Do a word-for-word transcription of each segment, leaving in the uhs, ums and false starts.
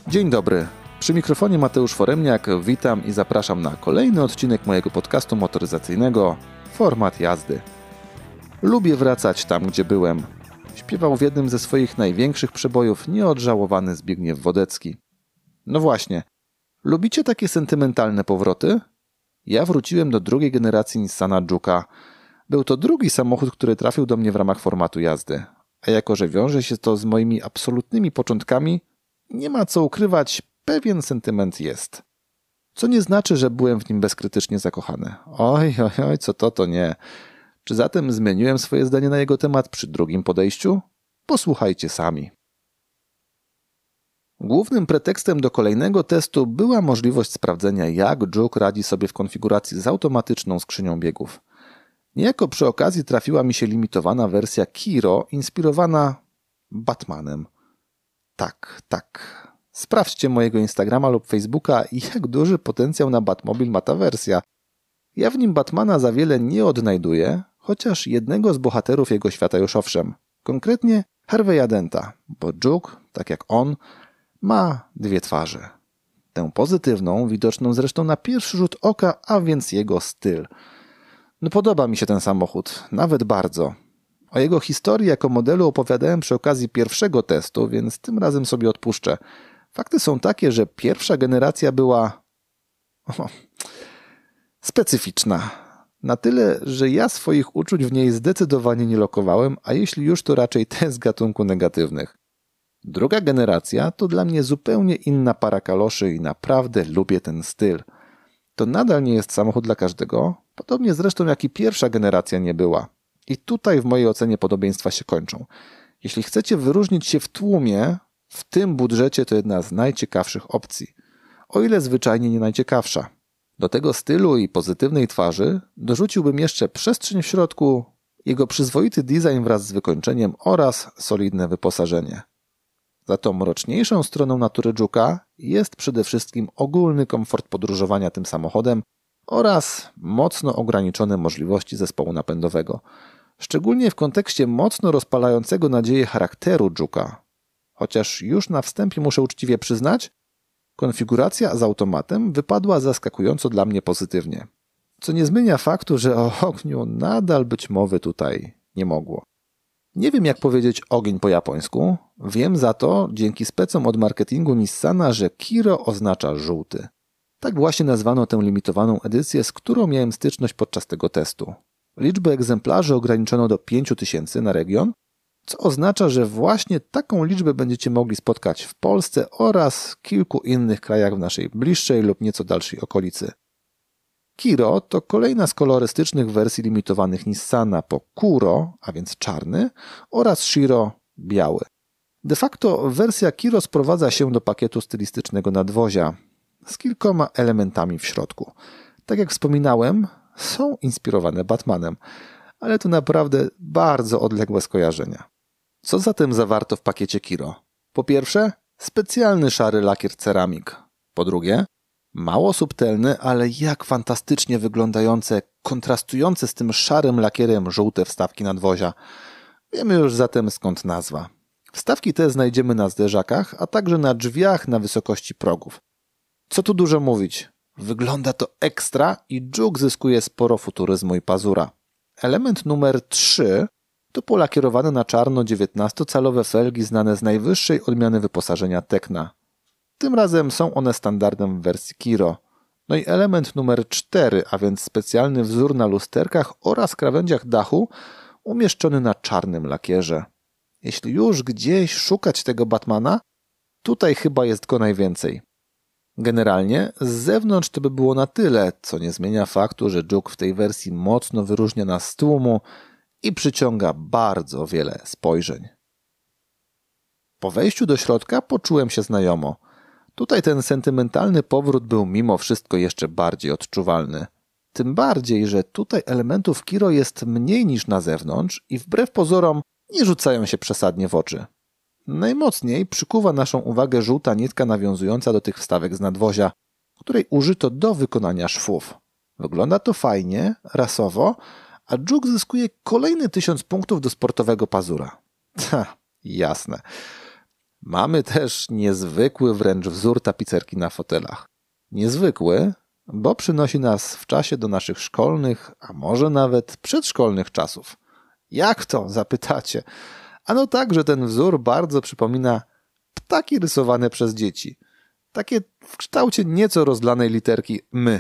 Dzień dobry, przy mikrofonie Mateusz Foremniak, witam i zapraszam na kolejny odcinek mojego podcastu motoryzacyjnego Format jazdy. Lubię wracać tam, gdzie byłem. Śpiewał w jednym ze swoich największych przebojów nieodżałowany Zbigniew Wodecki. No właśnie, lubicie takie sentymentalne powroty? Ja wróciłem do drugiej generacji Nissana Juke'a. Był to drugi samochód, który trafił do mnie w ramach formatu jazdy. A jako że wiąże się to z moimi absolutnymi początkami, nie ma co ukrywać, pewien sentyment jest. Co nie znaczy, że byłem w nim bezkrytycznie zakochany. Oj, oj, oj, co to, to nie. Czy zatem zmieniłem swoje zdanie na jego temat przy drugim podejściu? Posłuchajcie sami. Głównym pretekstem do kolejnego testu była możliwość sprawdzenia, jak Juke radzi sobie w konfiguracji z automatyczną skrzynią biegów. Niejako przy okazji trafiła mi się limitowana wersja Kiro, inspirowana Batmanem. Tak, tak. Sprawdźcie mojego Instagrama lub Facebooka, jak duży potencjał na Batmobil ma ta wersja. Ja w nim Batmana za wiele nie odnajduję, chociaż jednego z bohaterów jego świata już owszem. Konkretnie Harvey'a Denta, bo Juke, tak jak on, ma dwie twarze. Tę pozytywną, widoczną zresztą na pierwszy rzut oka, a więc jego styl. No podoba mi się ten samochód, nawet bardzo. O jego historii jako modelu opowiadałem przy okazji pierwszego testu, więc tym razem sobie odpuszczę. Fakty są takie, że pierwsza generacja była o, specyficzna. Na tyle, że ja swoich uczuć w niej zdecydowanie nie lokowałem, a jeśli już, to raczej te z gatunku negatywnych. Druga generacja to dla mnie zupełnie inna para kaloszy i naprawdę lubię ten styl. To nadal nie jest samochód dla każdego, podobnie zresztą jak i pierwsza generacja nie była. I tutaj w mojej ocenie podobieństwa się kończą. Jeśli chcecie wyróżnić się w tłumie, w tym budżecie to jedna z najciekawszych opcji. O ile zwyczajnie nie najciekawsza. Do tego stylu i pozytywnej twarzy dorzuciłbym jeszcze przestrzeń w środku, jego przyzwoity design wraz z wykończeniem oraz solidne wyposażenie. Za tą mroczniejszą stroną natury Juke'a jest przede wszystkim ogólny komfort podróżowania tym samochodem oraz mocno ograniczone możliwości zespołu napędowego. Szczególnie w kontekście mocno rozpalającego nadzieję charakteru Juke'a. Chociaż już na wstępie muszę uczciwie przyznać, konfiguracja z automatem wypadła zaskakująco dla mnie pozytywnie. Co nie zmienia faktu, że o ogniu nadal być mowy tutaj nie mogło. Nie wiem, jak powiedzieć ogień po japońsku. Wiem za to, dzięki specom od marketingu Nissana, że Kiro oznacza żółty. Tak właśnie nazwano tę limitowaną edycję, z którą miałem styczność podczas tego testu. Liczbę egzemplarzy ograniczono do pięciu tysięcy na region, co oznacza, że właśnie taką liczbę będziecie mogli spotkać w Polsce oraz kilku innych krajach w naszej bliższej lub nieco dalszej okolicy. Kiro to kolejna z kolorystycznych wersji limitowanych Nissana po Kuro, a więc czarny, oraz Shiro, biały. De facto wersja Kiro sprowadza się do pakietu stylistycznego nadwozia z kilkoma elementami w środku. Tak jak wspominałem, są inspirowane Batmanem, ale to naprawdę bardzo odległe skojarzenia. Co zatem zawarto w pakiecie Kiro? Po pierwsze, specjalny szary lakier ceramik. Po drugie, mało subtelny, ale jak fantastycznie wyglądające, kontrastujące z tym szarym lakierem żółte wstawki nadwozia. Wiemy już zatem skąd nazwa. Wstawki te znajdziemy na zderzakach, a także na drzwiach na wysokości progów. Co tu dużo mówić? Wygląda to ekstra i Juke zyskuje sporo futuryzmu i pazura. Element numer trzy to polakierowane na czarno dziewiętnastocalowe felgi znane z najwyższej odmiany wyposażenia Tecna. Tym razem są one standardem w wersji Kiro. No i element numer cztery, a więc specjalny wzór na lusterkach oraz krawędziach dachu umieszczony na czarnym lakierze. Jeśli już gdzieś szukać tego Batmana, tutaj chyba jest go najwięcej. Generalnie z zewnątrz to by było na tyle, co nie zmienia faktu, że Juke w tej wersji mocno wyróżnia nas z tłumu i przyciąga bardzo wiele spojrzeń. Po wejściu do środka poczułem się znajomo. Tutaj ten sentymentalny powrót był mimo wszystko jeszcze bardziej odczuwalny. Tym bardziej, że tutaj elementów Kiro jest mniej niż na zewnątrz i wbrew pozorom nie rzucają się przesadnie w oczy. Najmocniej przykuwa naszą uwagę żółta nitka nawiązująca do tych wstawek z nadwozia, której użyto do wykonania szwów. Wygląda to fajnie, rasowo, a Juke zyskuje kolejny tysiąc punktów do sportowego pazura. Ha, jasne. Mamy też niezwykły wręcz wzór tapicerki na fotelach. Niezwykły, bo przynosi nas w czasie do naszych szkolnych, a może nawet przedszkolnych czasów. Jak to? Zapytacie. Ano tak, że ten wzór bardzo przypomina ptaki rysowane przez dzieci. Takie w kształcie nieco rozlanej literki my.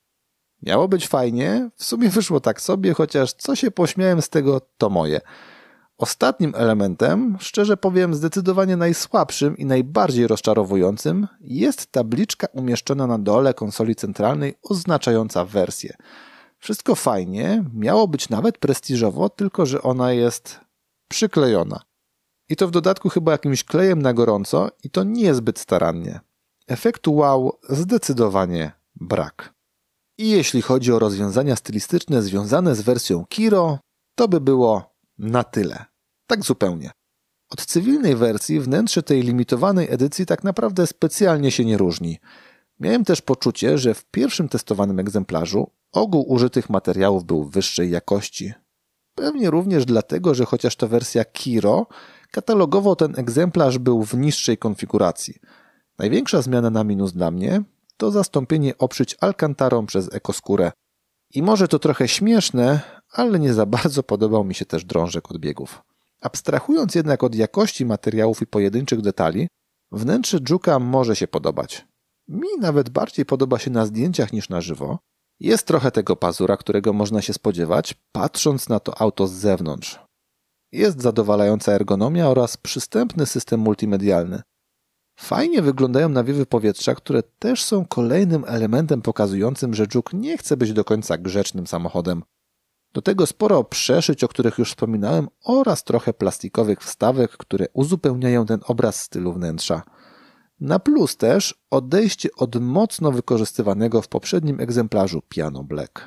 Miało być fajnie, w sumie wyszło tak sobie, chociaż co się pośmiałem z tego, to moje. Ostatnim elementem, szczerze powiem zdecydowanie najsłabszym i najbardziej rozczarowującym, jest tabliczka umieszczona na dole konsoli centralnej oznaczająca wersję. Wszystko fajnie, miało być nawet prestiżowo, tylko że ona jest przyklejona. I to w dodatku chyba jakimś klejem na gorąco i to niezbyt starannie. Efektu wow zdecydowanie brak. I jeśli chodzi o rozwiązania stylistyczne związane z wersją Kiro, to by było na tyle. Tak zupełnie. Od cywilnej wersji wnętrze tej limitowanej edycji tak naprawdę specjalnie się nie różni. Miałem też poczucie, że w pierwszym testowanym egzemplarzu ogół użytych materiałów był wyższej jakości. Pewnie również dlatego, że chociaż to wersja Kiro, katalogowo ten egzemplarz był w niższej konfiguracji. Największa zmiana na minus dla mnie to zastąpienie obszyć alkantarą przez ekoskórę. I może to trochę śmieszne, ale nie za bardzo podobał mi się też drążek odbiegów. Abstrahując jednak od jakości materiałów i pojedynczych detali, wnętrze Juke'a może się podobać. Mi nawet bardziej podoba się na zdjęciach niż na żywo. Jest trochę tego pazura, którego można się spodziewać, patrząc na to auto z zewnątrz. Jest zadowalająca ergonomia oraz przystępny system multimedialny. Fajnie wyglądają nawiewy powietrza, które też są kolejnym elementem pokazującym, że Juke nie chce być do końca grzecznym samochodem. Do tego sporo przeszyć, o których już wspominałem, oraz trochę plastikowych wstawek, które uzupełniają ten obraz stylu wnętrza. Na plus też odejście od mocno wykorzystywanego w poprzednim egzemplarzu Piano Black.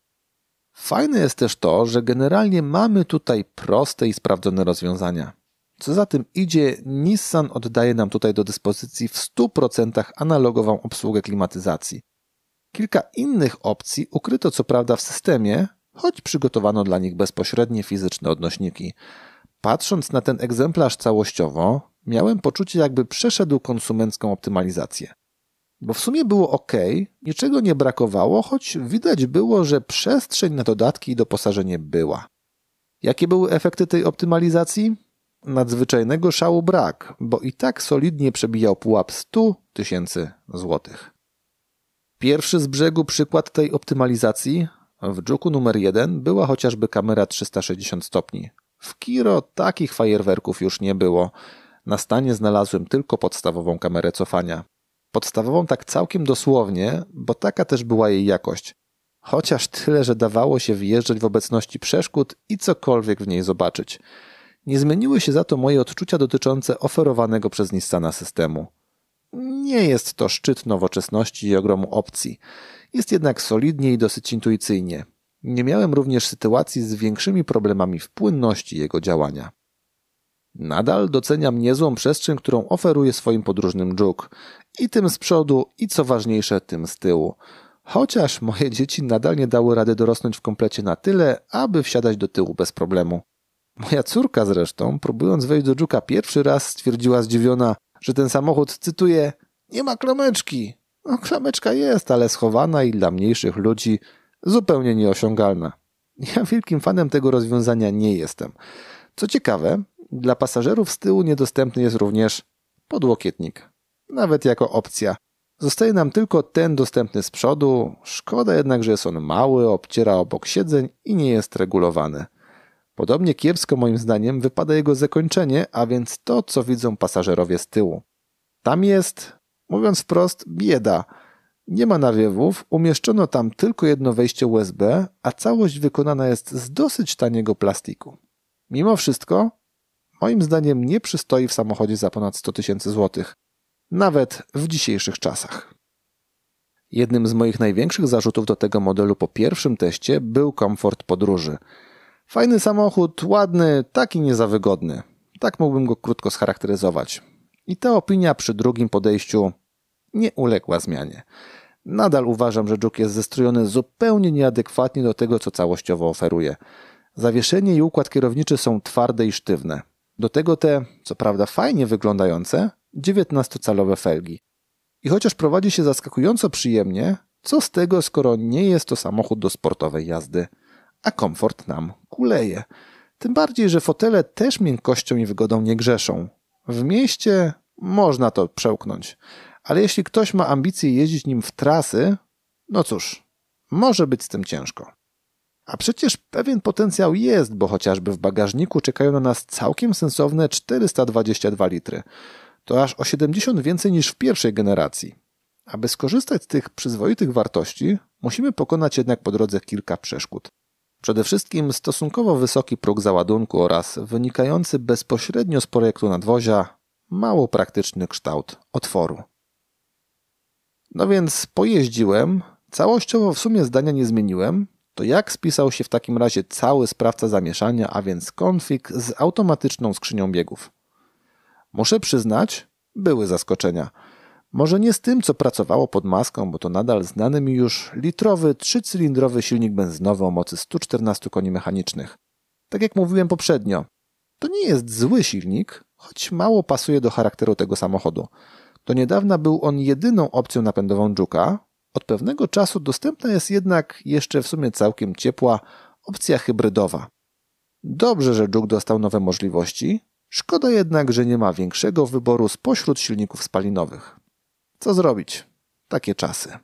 Fajne jest też to, że generalnie mamy tutaj proste i sprawdzone rozwiązania. Co za tym idzie, Nissan oddaje nam tutaj do dyspozycji w stu procentach analogową obsługę klimatyzacji. Kilka innych opcji ukryto co prawda w systemie, choć przygotowano dla nich bezpośrednie fizyczne odnośniki. Patrząc na ten egzemplarz całościowo, miałem poczucie, jakby przeszedł konsumencką optymalizację. Bo w sumie było ok, niczego nie brakowało, choć widać było, że przestrzeń na dodatki i doposażenie była. Jakie były efekty tej optymalizacji? Nadzwyczajnego szału brak, bo i tak solidnie przebijał pułap stu tysięcy złotych. Pierwszy z brzegu przykład tej optymalizacji w Juke'u numer jeden była chociażby kamera trzysta sześćdziesiąt stopni. W Kiro takich fajerwerków już nie było. Na stanie znalazłem tylko podstawową kamerę cofania. Podstawową tak całkiem dosłownie, bo taka też była jej jakość. Chociaż tyle, że dawało się wjeżdżać w obecności przeszkód i cokolwiek w niej zobaczyć. Nie zmieniły się za to moje odczucia dotyczące oferowanego przez Nissana systemu. Nie jest to szczyt nowoczesności i ogromu opcji. Jest jednak solidnie i dosyć intuicyjnie. Nie miałem również sytuacji z większymi problemami w płynności jego działania. Nadal doceniam niezłą przestrzeń, którą oferuje swoim podróżnym Juke. I tym z przodu, i co ważniejsze, tym z tyłu. Chociaż moje dzieci nadal nie dały rady dorosnąć w komplecie na tyle, aby wsiadać do tyłu bez problemu. Moja córka zresztą, próbując wejść do Juke'a pierwszy raz, stwierdziła zdziwiona, że ten samochód, cytuję, nie ma klameczki. No, klameczka jest, ale schowana i dla mniejszych ludzi zupełnie nieosiągalna. Ja wielkim fanem tego rozwiązania nie jestem. Co ciekawe, dla pasażerów z tyłu niedostępny jest również podłokietnik. Nawet jako opcja. Zostaje nam tylko ten dostępny z przodu, szkoda jednak, że jest on mały, obciera obok siedzeń i nie jest regulowany. Podobnie kiepsko moim zdaniem wypada jego zakończenie, a więc to, co widzą pasażerowie z tyłu. Tam jest, mówiąc wprost, bieda. Nie ma nawiewów, umieszczono tam tylko jedno wejście U S B, a całość wykonana jest z dosyć taniego plastiku. Mimo wszystko, moim zdaniem nie przystoi w samochodzie za ponad sto tysięcy złotych. Nawet w dzisiejszych czasach. Jednym z moich największych zarzutów do tego modelu po pierwszym teście był komfort podróży. Fajny samochód, ładny, taki nie za wygodny. Tak mógłbym go krótko scharakteryzować. I ta opinia przy drugim podejściu nie uległa zmianie. Nadal uważam, że Juke jest zestrojony zupełnie nieadekwatnie do tego, co całościowo oferuje. Zawieszenie i układ kierowniczy są twarde i sztywne. Do tego te, co prawda fajnie wyglądające, dziewiętnastocalowe felgi. I chociaż prowadzi się zaskakująco przyjemnie, co z tego, skoro nie jest to samochód do sportowej jazdy, a komfort nam kuleje. Tym bardziej, że fotele też miękkością i wygodą nie grzeszą. W mieście można to przełknąć, ale jeśli ktoś ma ambicje jeździć nim w trasy, no cóż, może być z tym ciężko. A przecież pewien potencjał jest, bo chociażby w bagażniku czekają na nas całkiem sensowne czterysta dwadzieścia dwa litry. To aż o siedemdziesiąt więcej niż w pierwszej generacji. Aby skorzystać z tych przyzwoitych wartości, musimy pokonać jednak po drodze kilka przeszkód. Przede wszystkim stosunkowo wysoki próg załadunku oraz wynikający bezpośrednio z projektu nadwozia mało praktyczny kształt otworu. No więc pojeździłem, całościowo w sumie zdania nie zmieniłem, to jak spisał się w takim razie cały sprawca zamieszania, a więc konfig z automatyczną skrzynią biegów? Muszę przyznać, były zaskoczenia. Może nie z tym, co pracowało pod maską, bo to nadal znany mi już litrowy, trzycylindrowy silnik benzynowy o mocy stu czternastu koni mechanicznych. Tak jak mówiłem poprzednio, to nie jest zły silnik, choć mało pasuje do charakteru tego samochodu. Do niedawna był on jedyną opcją napędową Juke'a. Od pewnego czasu dostępna jest jednak jeszcze w sumie całkiem ciepła opcja hybrydowa. Dobrze, że Juke dostał nowe możliwości, szkoda jednak, że nie ma większego wyboru spośród silników spalinowych. Co zrobić? Takie czasy.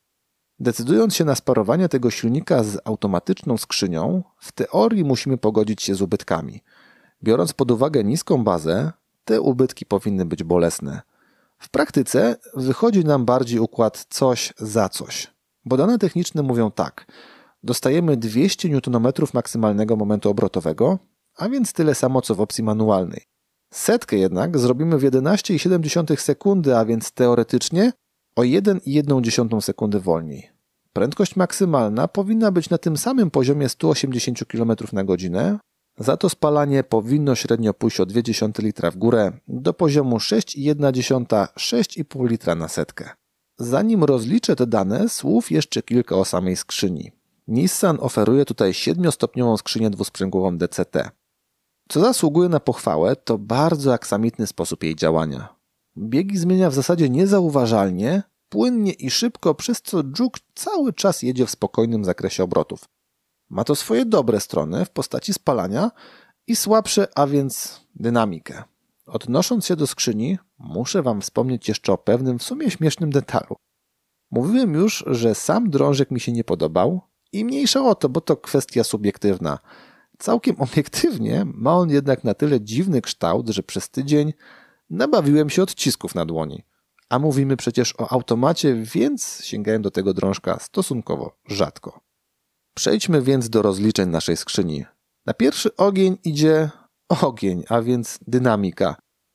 Decydując się na sparowanie tego silnika z automatyczną skrzynią, w teorii musimy pogodzić się z ubytkami. Biorąc pod uwagę niską bazę, te ubytki powinny być bolesne. W praktyce wychodzi nam bardziej układ coś za coś, bo dane techniczne mówią tak. Dostajemy dwieście niutonometrów maksymalnego momentu obrotowego, a więc tyle samo co w opcji manualnej. Setkę jednak zrobimy w jedenaście przecinek siedem sekundy, a więc teoretycznie o jeden przecinek jeden sekundy wolniej. Prędkość maksymalna powinna być na tym samym poziomie stu osiemdziesięciu kilometrów na godzinę, za to spalanie powinno średnio pójść o zero przecinek dwa litra w górę do poziomu sześć przecinek jeden do sześć przecinek pięć litra na setkę. Zanim rozliczę te dane, słów jeszcze kilka o samej skrzyni. Nissan oferuje tutaj siedmiostopniową skrzynię dwusprzęgłową D C T. Co zasługuje na pochwałę, to bardzo aksamitny sposób jej działania. Biegi zmienia w zasadzie niezauważalnie, płynnie i szybko, przez co Juke cały czas jedzie w spokojnym zakresie obrotów. Ma to swoje dobre strony w postaci spalania i słabsze, a więc dynamikę. Odnosząc się do skrzyni, muszę Wam wspomnieć jeszcze o pewnym w sumie śmiesznym detalu. Mówiłem już, że sam drążek mi się nie podobał i mniejsza o to, bo to kwestia subiektywna. Całkiem obiektywnie ma on jednak na tyle dziwny kształt, że przez tydzień nabawiłem się odcisków na dłoni. A mówimy przecież o automacie, więc sięgałem do tego drążka stosunkowo rzadko. Przejdźmy więc do rozliczeń naszej skrzyni. Na pierwszy ogień idzie ogień, a więc dynamika.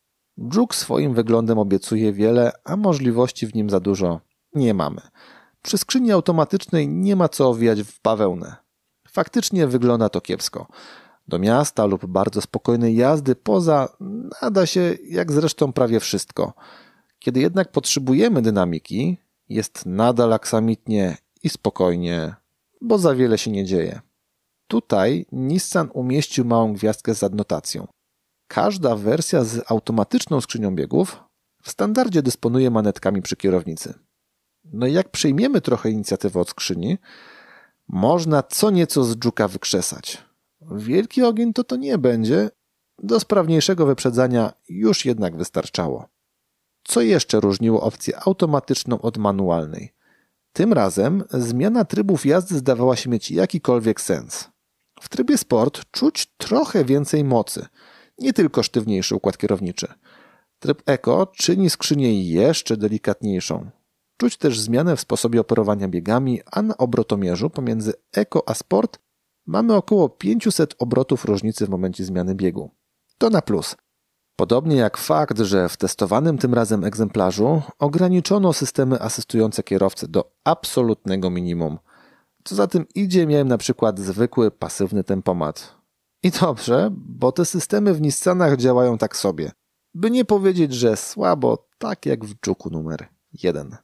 Juke swoim wyglądem obiecuje wiele, a możliwości w nim za dużo nie mamy. Przy skrzyni automatycznej nie ma co owijać w bawełnę. Faktycznie wygląda to kiepsko. Do miasta lub bardzo spokojnej jazdy poza nada się jak zresztą prawie wszystko. Kiedy jednak potrzebujemy dynamiki, jest nadal aksamitnie i spokojnie, bo za wiele się nie dzieje. Tutaj Nissan umieścił małą gwiazdkę z adnotacją. Każda wersja z automatyczną skrzynią biegów w standardzie dysponuje manetkami przy kierownicy. No i jak przejmiemy trochę inicjatywę od skrzyni, można co nieco z Juke'a wykrzesać. Wielki ogień to to nie będzie, do sprawniejszego wyprzedzania już jednak wystarczało. Co jeszcze różniło opcję automatyczną od manualnej? Tym razem zmiana trybów jazdy zdawała się mieć jakikolwiek sens. W trybie sport czuć trochę więcej mocy, nie tylko sztywniejszy układ kierowniczy. Tryb Eco czyni skrzynię jeszcze delikatniejszą. Czuć też zmianę w sposobie operowania biegami, a na obrotomierzu pomiędzy Eco a Sport mamy około pięćset obrotów różnicy w momencie zmiany biegu. To na plus. Podobnie jak fakt, że w testowanym tym razem egzemplarzu ograniczono systemy asystujące kierowcy do absolutnego minimum. Co za tym idzie, miałem na przykład zwykły, pasywny tempomat. I dobrze, bo te systemy w Nissanach działają tak sobie. By nie powiedzieć, że słabo, tak jak w Juke'u numer jeden.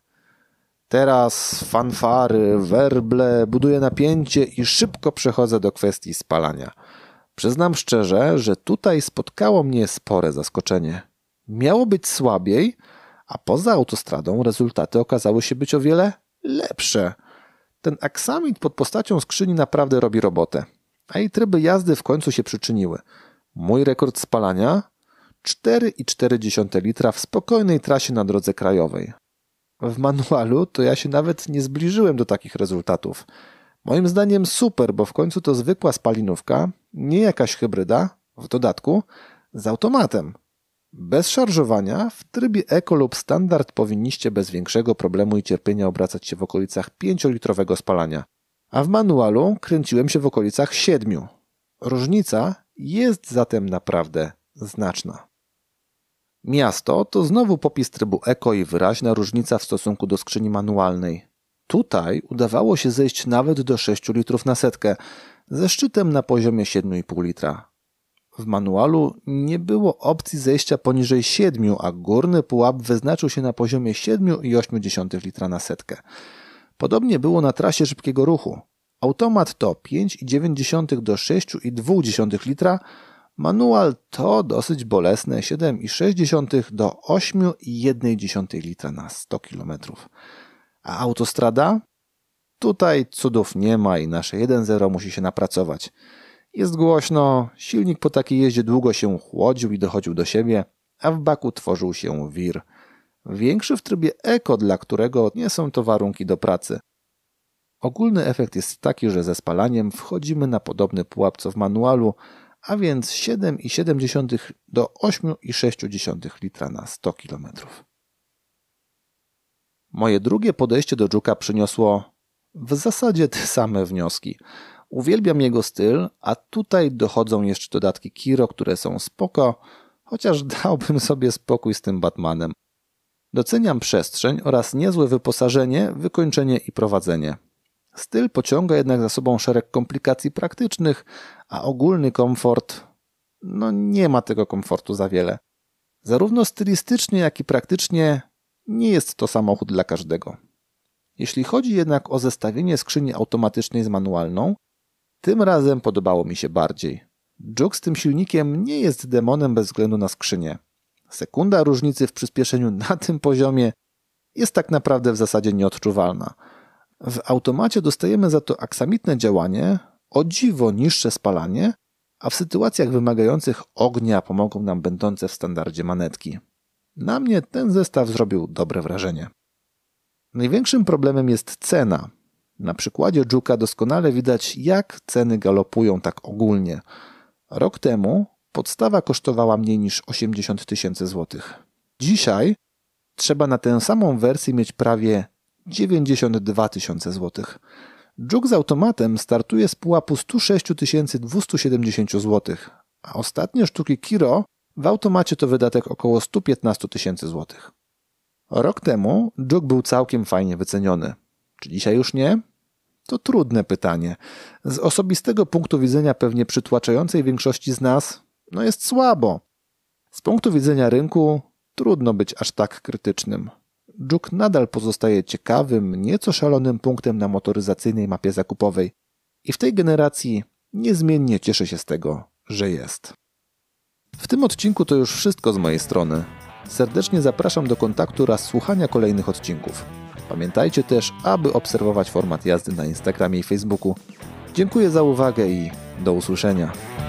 Teraz fanfary, werble, buduję napięcie i szybko przechodzę do kwestii spalania. Przyznam szczerze, że tutaj spotkało mnie spore zaskoczenie. Miało być słabiej, a poza autostradą rezultaty okazały się być o wiele lepsze. Ten aksamit pod postacią skrzyni naprawdę robi robotę, a i tryby jazdy w końcu się przyczyniły. Mój rekord spalania? cztery i cztery dziesiąte litra w spokojnej trasie na drodze krajowej. W manualu to ja się nawet nie zbliżyłem do takich rezultatów. Moim zdaniem super, bo w końcu to zwykła spalinówka, nie jakaś hybryda, w dodatku z automatem. Bez szarżowania, w trybie Eco lub Standard powinniście bez większego problemu i cierpienia obracać się w okolicach pięciolitrowego spalania, a w manualu kręciłem się w okolicach siedmiu. Różnica jest zatem naprawdę znaczna. Miasto to znowu popis trybu Eco i wyraźna różnica w stosunku do skrzyni manualnej. Tutaj udawało się zejść nawet do sześciu litrów na setkę, ze szczytem na poziomie siedmiu i pół litra. W manualu nie było opcji zejścia poniżej siedmiu, a górny pułap wyznaczył się na poziomie siedmiu i ośmiu dziesiątych litra na setkę. Podobnie było na trasie szybkiego ruchu. Automat to pięć i dziewięć dziesiątych do sześciu i dwóch dziesiątych litra, manual to dosyć bolesne siedem i sześć dziesiątych do ośmiu i jednej dziesiątej litra na sto kilometrów. A autostrada? Tutaj cudów nie ma i nasze jeden zero musi się napracować. Jest głośno, silnik po takiej jeździe długo się chłodził i dochodził do siebie, a w baku tworzył się wir. Większy w trybie Eco, dla którego nie są to warunki do pracy. Ogólny efekt jest taki, że ze spalaniem wchodzimy na podobny pułap co w manualu, a więc siedem i siedem dziesiątych do ośmiu i sześć dziesiątych litra na sto kilometrów. Moje drugie podejście do Juke'a przyniosło w zasadzie te same wnioski. Uwielbiam jego styl, a tutaj dochodzą jeszcze dodatki Kiro, które są spoko, chociaż dałbym sobie spokój z tym Batmanem. Doceniam przestrzeń oraz niezłe wyposażenie, wykończenie i prowadzenie. Styl pociąga jednak za sobą szereg komplikacji praktycznych, a ogólny komfort, no nie ma tego komfortu za wiele. Zarówno stylistycznie, jak i praktycznie nie jest to samochód dla każdego. Jeśli chodzi jednak o zestawienie skrzyni automatycznej z manualną, tym razem podobało mi się bardziej. Juke z tym silnikiem nie jest demonem bez względu na skrzynię. Sekunda różnicy w przyspieszeniu na tym poziomie jest tak naprawdę w zasadzie nieodczuwalna. W automacie dostajemy za to aksamitne działanie, o dziwo niższe spalanie, a w sytuacjach wymagających ognia pomogą nam będące w standardzie manetki. Na mnie ten zestaw zrobił dobre wrażenie. Największym problemem jest cena. Na przykładzie Juke'a doskonale widać, jak ceny galopują tak ogólnie. Rok temu podstawa kosztowała mniej niż osiemdziesiąt tysięcy złotych. Dzisiaj trzeba na tę samą wersję mieć prawie dziewięćdziesiąt dwa tysiące złotych. Juke z automatem startuje z pułapu sto sześć tysięcy dwieście siedemdziesiąt złotych, a ostatnie sztuki Kiro w automacie to wydatek około sto piętnaście tysięcy złotych. Rok temu Juke był całkiem fajnie wyceniony. Czy dzisiaj już nie? To trudne pytanie. Z osobistego punktu widzenia pewnie przytłaczającej większości z nas, no jest słabo. Z punktu widzenia rynku trudno być aż tak krytycznym. Juke nadal pozostaje ciekawym, nieco szalonym punktem na motoryzacyjnej mapie zakupowej i w tej generacji niezmiennie cieszę się z tego, że jest. W tym odcinku to już wszystko z mojej strony. Serdecznie zapraszam do kontaktu oraz słuchania kolejnych odcinków. Pamiętajcie też, aby obserwować format jazdy na Instagramie i Facebooku. Dziękuję za uwagę i do usłyszenia.